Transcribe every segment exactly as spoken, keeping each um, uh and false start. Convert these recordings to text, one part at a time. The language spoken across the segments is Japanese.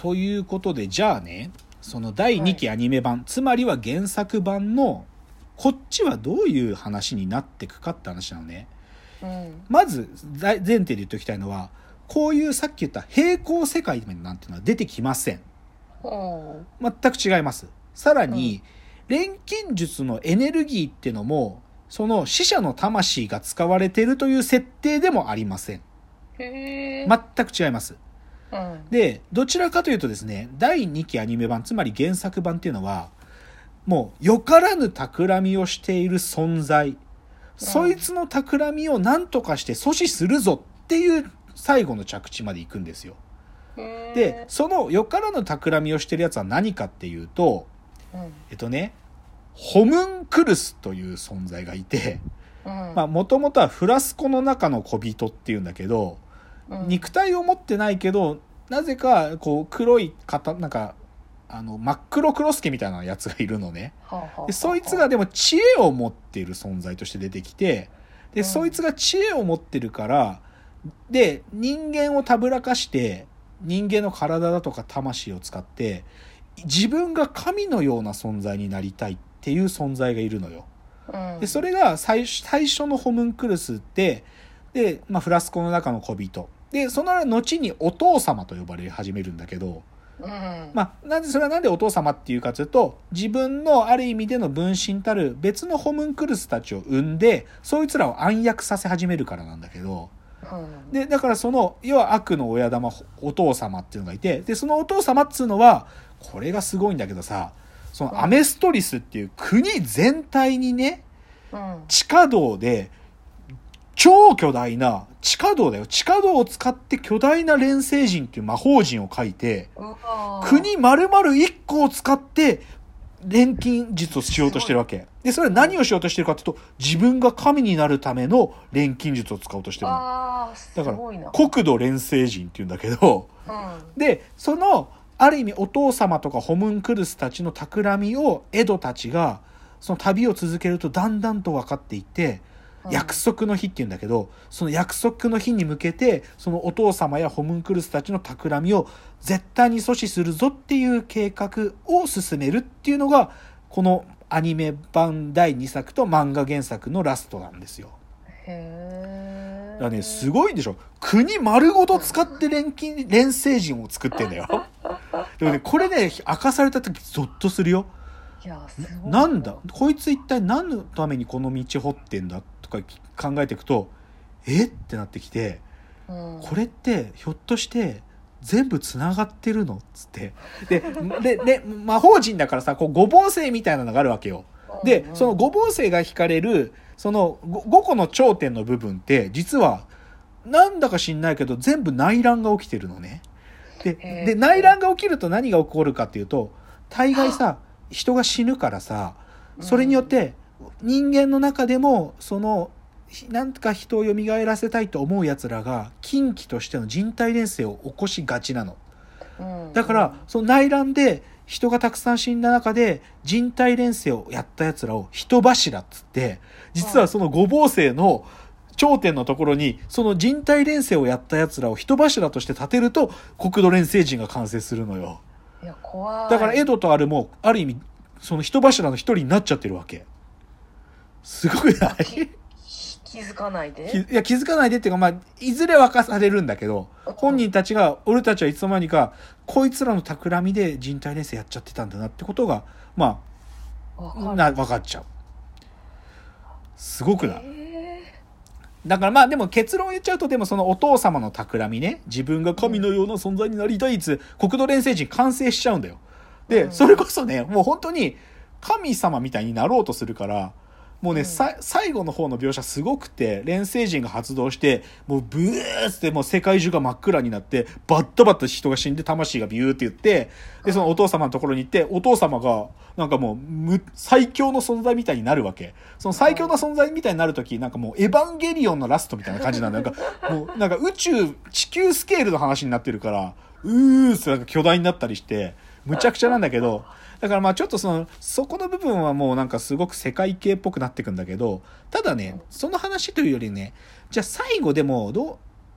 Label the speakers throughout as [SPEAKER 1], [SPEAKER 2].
[SPEAKER 1] ということで、じゃあね、そのだいにきアニメ版、はい、つまりは原作版のこっちはどういう話になっていくかって話なのね。うん、まず前提で言っておきたいのは、こういうさっき言った平行世界なんていうのは出てきません。全く違います。さらに、うん、錬金術のエネルギーっていうのもその死者の魂が使われているという設定でもありません。へー、全く違います。うん、でどちらかというとですね、だいにきアニメ版、つまり原作版っていうのはもうよからぬ企みをしている存在、うん、そいつの企みを何とかして阻止するぞっていう最後の着地まで行くんですよ。でそのよからぬ企みをしてるやつは何かっていうと、うん、えっとねホムンクルスという存在がいて、もともとはフラスコの中の小人っていうんだけど、うん、肉体を持ってないけどなぜかこう黒い方なんかあの真っ黒クロスケみたいなやつがいるのね。でそいつがでも知恵を持っている存在として出てきて、で、うん、そいつが知恵を持ってるからで人間をたぶらかして人間の体だとか魂を使って自分が神のような存在になりたいっていう存在がいるのよ。うん、でそれが最初、最初のホムンクルスで、で、まあ、フラスコの中の小人で、その後にお父様と呼ばれ始めるんだけど、うん、まあ、なんでそれはなんでお父様っていうかというと、自分のある意味での分身たる別のホムンクルスたちを生んでそいつらを暗躍させ始めるからなんだけど、でだからその要は悪の親玉お父様っていうのがいて、でそのお父様っつうのはこれがすごいんだけどさ、そのアメストリスっていう国全体にね、うん、地下道で超巨大な地下道だよ地下道を使って巨大な錬成陣っていう魔法陣を書いて、国丸々いっこを使って錬金術をしようとしてるわけで、それは何をしようとしてるかというと、自分が神になるための錬金術を使おうとしてるの。あだから国土錬成陣っていうんだけど、うん、でそのある意味お父様とかホムンクルスたちの企みをエドたちがその旅を続けるとだんだんと分かっていって、うん、約束の日っていうんだけど、その約束の日に向けてそのお父様やホムンクルスたちの企みを絶対に阻止するぞっていう計画を進めるっていうのがこのアニメ版だいにさくと漫画原作のラストなんですよ。へー。だからね、すごいでしょ。国丸ごと使って錬金錬成陣を作ってんだよ。でもね、これね明かされた時ゾッとするよ。いやすごいな。なんだこいつ一体何のためにこの道掘ってんだとか考えていくと、えってなってきて、うん、これってひょっとして全部つながってるのっつってででで魔法陣だからさ、こう五芒星みたいなのがあるわけよ。でその五芒星が引かれるそのごこの頂点の部分って実はなんだか知んないけど全部内乱が起きてるのね。でで内乱が起きると何が起こるかっていうと、大概さ人が死ぬからさ、それによって人間の中でもそのなんか人を蘇らせたいと思う奴らが禁忌としての人体錬成を起こしがちなの。だからその内乱で人がたくさん死んだ中で人体錬成をやった奴らを人柱っつって、実はその五芒星の頂点のところにその人体錬成をやった奴らを人柱として立てると国土錬成陣が完成するのよ。いや怖い。だからエドとアルもある意味その人柱の一人になっちゃってるわけ。すごいない
[SPEAKER 2] 気づかないで
[SPEAKER 1] いや気づかないでっていうか、まあいずれ明かされるんだけど、本人たちが俺たちはいつの間にかこいつらの企みで人体錬成やっちゃってたんだなってことがまあな分かっちゃう。すごくない？だからまあでも結論言っちゃうと、でもそのお父様の企みね、自分が神のような存在になりたいっつ国土錬成陣完成しちゃうんだよ。でそれこそね、もう本当に神様みたいになろうとするから、もうね、うん、さ最後の方の描写すごくて、錬成陣が発動してもうブーッてもう世界中が真っ暗になってバッタバッタ人が死んで魂がビューって言って、でそのお父様のところに行って、お父様がなんかもうむ最強の存在みたいになるわけ。その最強の存在みたいになるとき、なんかもうエヴァンゲリオンのラストみたいな感じなんだ。なんかもうなんか宇宙地球スケールの話になってるから、うーってなんか巨大になったりしてむちゃくちゃなんだけど、だからまあちょっとそのそこの部分はもうなんかすごく世界系っぽくなってくんだけど、ただねその話というよりね、じゃあ最後でもどうあ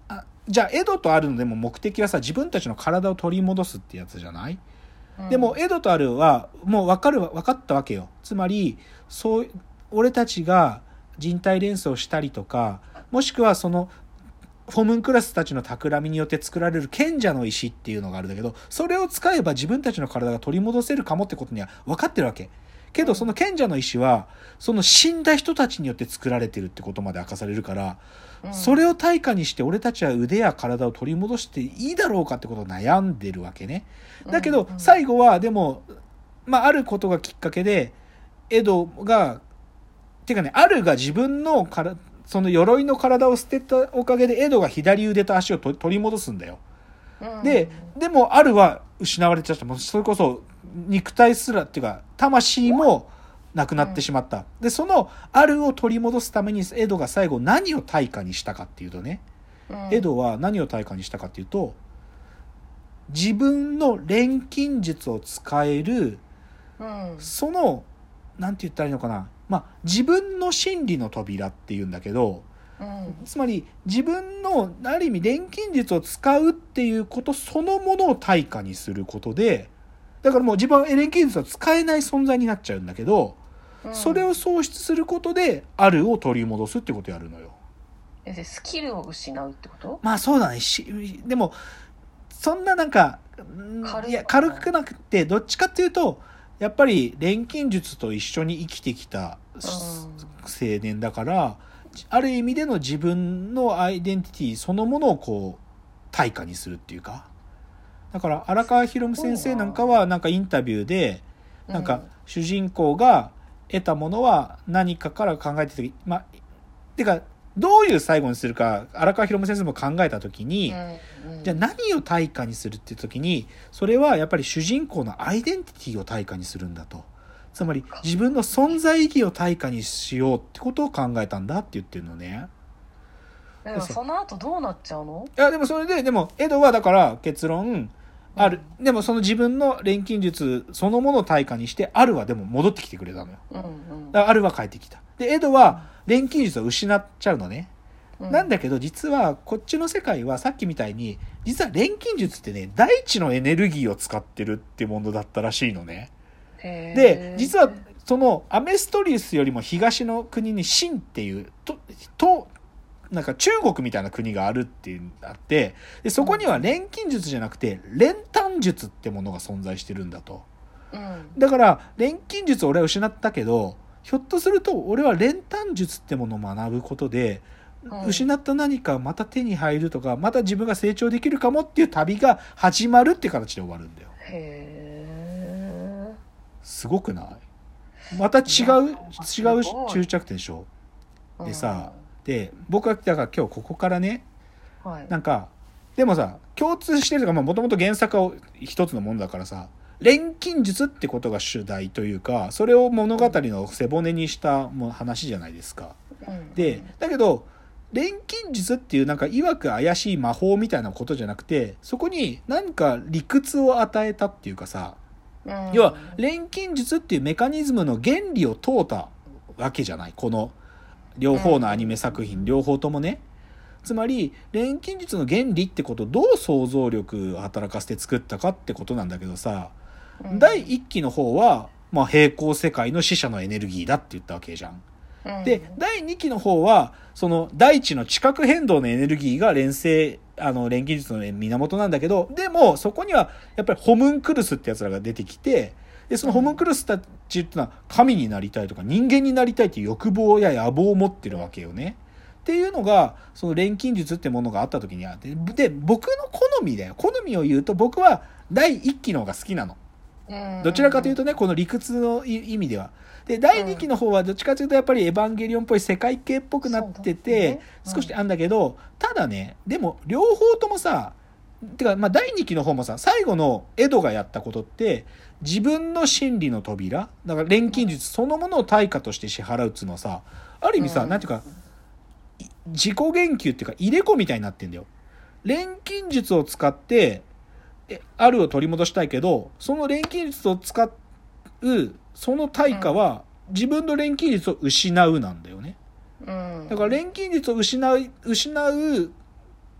[SPEAKER 1] じゃあエドとアルのでも目的はさ、自分たちの体を取り戻すってやつじゃない、うん、でもエドとアルはもう分かる分かったわけよ。つまりそう俺たちが人体連想したりとか、もしくはそのホムンクラスたちの企みによって作られる賢者の石っていうのがあるんだけど、それを使えば自分たちの体が取り戻せるかもってことには分かってるわけ。けどその賢者の石はその死んだ人たちによって作られてるってことまで明かされるから、うん、それを対価にして俺たちは腕や体を取り戻していいだろうかってことを悩んでるわけね。だけど最後はでも、まああることがきっかけでエドがてかね、アルが自分のからその鎧の体を捨てたおかげでエドが左腕と足を取り戻すんだよ。うん、で、でもアルは失われちゃった。もうそれこそ肉体すらっていうか魂もなくなってしまった。で、そのアルを取り戻すためにエドが最後何を対価にしたかっていうとね、うん、エドは何を対価にしたかっていうと、自分の錬金術を使える、うん、そのなんて言ったらいいのかな、まあ、自分の真理の扉っていうんだけど、うん、つまり自分のある意味錬金術を使うっていうことそのものを対価にすることで、だからもう自分は錬金術は使えない存在になっちゃうんだけど、うん、それを喪失することであるを取り戻すってことをやるのよ。
[SPEAKER 2] えでスキルを失うってこと？
[SPEAKER 1] まあそうだね。しでもそんななんか軽い、いや軽くなくて、どっちかっていうとやっぱり錬金術と一緒に生きてきた青年だから、ある意味での自分のアイデンティティそのものをこう対価にするっていうか、だから荒川博夢先生なんかはなんかインタビューでなんか主人公が得たものは何かから考えてた時、まあてかどういう最後にするか荒川博夢先生も考えた時に、うんうん、じゃあ何を対価にするっていう時に、それはやっぱり主人公のアイデンティティを対価にするんだと。つまり自分の存在意義を対価にしようってことを考えたんだって言ってるのね。
[SPEAKER 2] でもその後どうなっちゃうの？
[SPEAKER 1] いやでもそれででもエドはだから結論ある、うん、でもその自分の錬金術そのものを対価にしてアルはでも戻ってきてくれたのよ。うんうん、だからアルは帰ってきた。でエドは錬金術を失っちゃうのね。うん、なんだけど実はこっちの世界はさっきみたいに実は錬金術ってね大地のエネルギーを使ってるってものだったらしいのね。で実はそのアメストリウスよりも東の国に秦っていうととなんか中国みたいな国があるっていうのがあって、でそこには錬金術じゃなくて練炭術ってものが存在してるんだと。うん、だから錬金術を俺は失ったけど、ひょっとすると俺は練炭術ってものを学ぶことで、うん、失った何かまた手に入るとか、また自分が成長できるかもっていう旅が始まるっていう形で終わるんだよ。
[SPEAKER 2] へー、
[SPEAKER 1] すごくない？また違う違う終着点でしょ。でさ、で僕はだから今日ここからね、はい、なんかでもさ共通してるとか、もともと原作は一つのものだからさ、錬金術ってことが主題というか、それを物語の背骨にしたも話じゃないですか。うん、でだけど錬金術っていうなんか曰く怪しい魔法みたいなことじゃなくて、そこに何か理屈を与えたっていうかさ、うん、要は錬金術っていうメカニズムの原理を問うたわけじゃない、この両方のアニメ作品、うん、両方ともね。つまり錬金術の原理ってことをどう想像力を働かせて作ったかってことなんだけどさ、うん、だいいっきの方は、まあ、平行世界の死者のエネルギーだって言ったわけじゃん。うん、でだいにきの方はその大地の地殻変動のエネルギーが錬成あの錬金術の源なんだけど、でもそこにはやっぱりホムンクルスってやつらが出てきて、でそのホムンクルスたちってのは神になりたいとか人間になりたいっていう欲望や野望を持ってるわけよね。っていうのがその錬金術ってものがあった時にあって、で僕の好みだよ、好みを言うと僕はだいいっきの方が好きなの。どちらかというとね、この理屈の意味では。でだいにきの方はどっちかというとやっぱりエヴァンゲリオンっぽい世界系っぽくなってて、ね、うん、少しあんだけど、ただねでも両方ともさ、てかまあだいにきの方もさ、最後のエドがやったことって自分の真理の扉だから錬金術そのものを対価として支払うっつうのはさ、ある意味さ、うん、なんていうか自己言及っていうか入れ子みたいになってんだよ。錬金術を使ってあるを取り戻したいけど、その錬金術を使うその対価は自分の錬金術を失うなんだよね。うん、だから錬金術を失う失う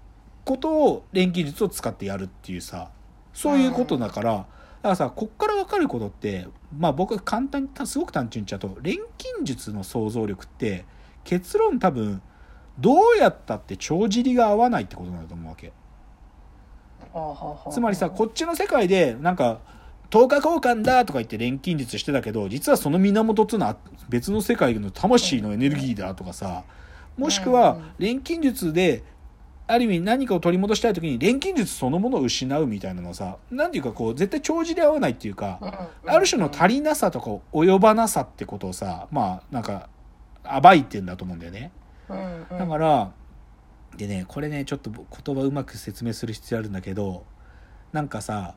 [SPEAKER 1] ことを錬金術を使ってやるっていうさ、そういうことだから、だからさ、こっから分かることって、まあ僕簡単にすごく単純に言っちゃうと、錬金術の想像力って結論多分どうやったって帳尻が合わないってことなんだと思うわけ。つまりさ、こっちの世界でなんか等価交換だとか言って錬金術してたけど、実はその源っていうのは別の世界の魂のエネルギーだとかさ、もしくは錬金術である意味何かを取り戻したい時に錬金術そのものを失うみたいなのはさ、なんていうかこう絶対帳尻合わないっていうか、ある種の足りなさとか及ばなさってことをさ、まあなんか暴いてんだと思うんだよね。だからでね、これねちょっと言葉うまく説明する必要あるんだけど、なんかさ、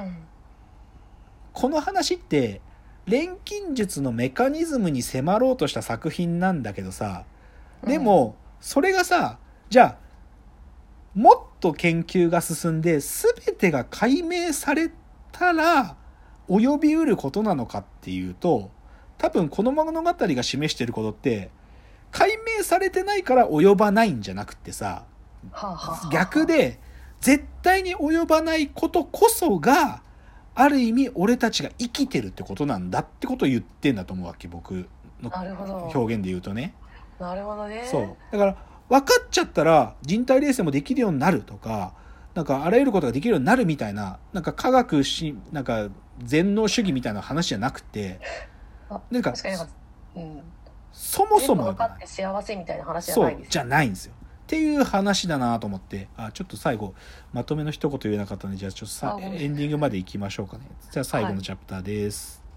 [SPEAKER 1] この話って錬金術のメカニズムに迫ろうとした作品なんだけどさ、でもそれがさ、じゃあもっと研究が進んで全てが解明されたら及びうることなのかっていうと、多分この物語が示していることって解明されてないから及ばないんじゃなくてさ、逆で絶対に及ばないことこそがある意味俺たちが生きてるってことなんだってことを言ってんだと思うわけ、僕の表現で言うとね。
[SPEAKER 2] なるほどね。
[SPEAKER 1] そうだから分かっちゃったら人体錬成もできるようになるとか、なんかあらゆることができるようになるみたいな、なんか科学しなんか全能主義みたいな話じゃなくて、なんか、うん、そもそも
[SPEAKER 2] 分かって幸せみたいな話じゃないです。
[SPEAKER 1] そうじゃないんですよっていう話だなと思って、あちょっと最後まとめの一言言えなかったので、じゃあちょっとさエンディングまで行きましょうかね。じゃあ最後のチャプターです。はい。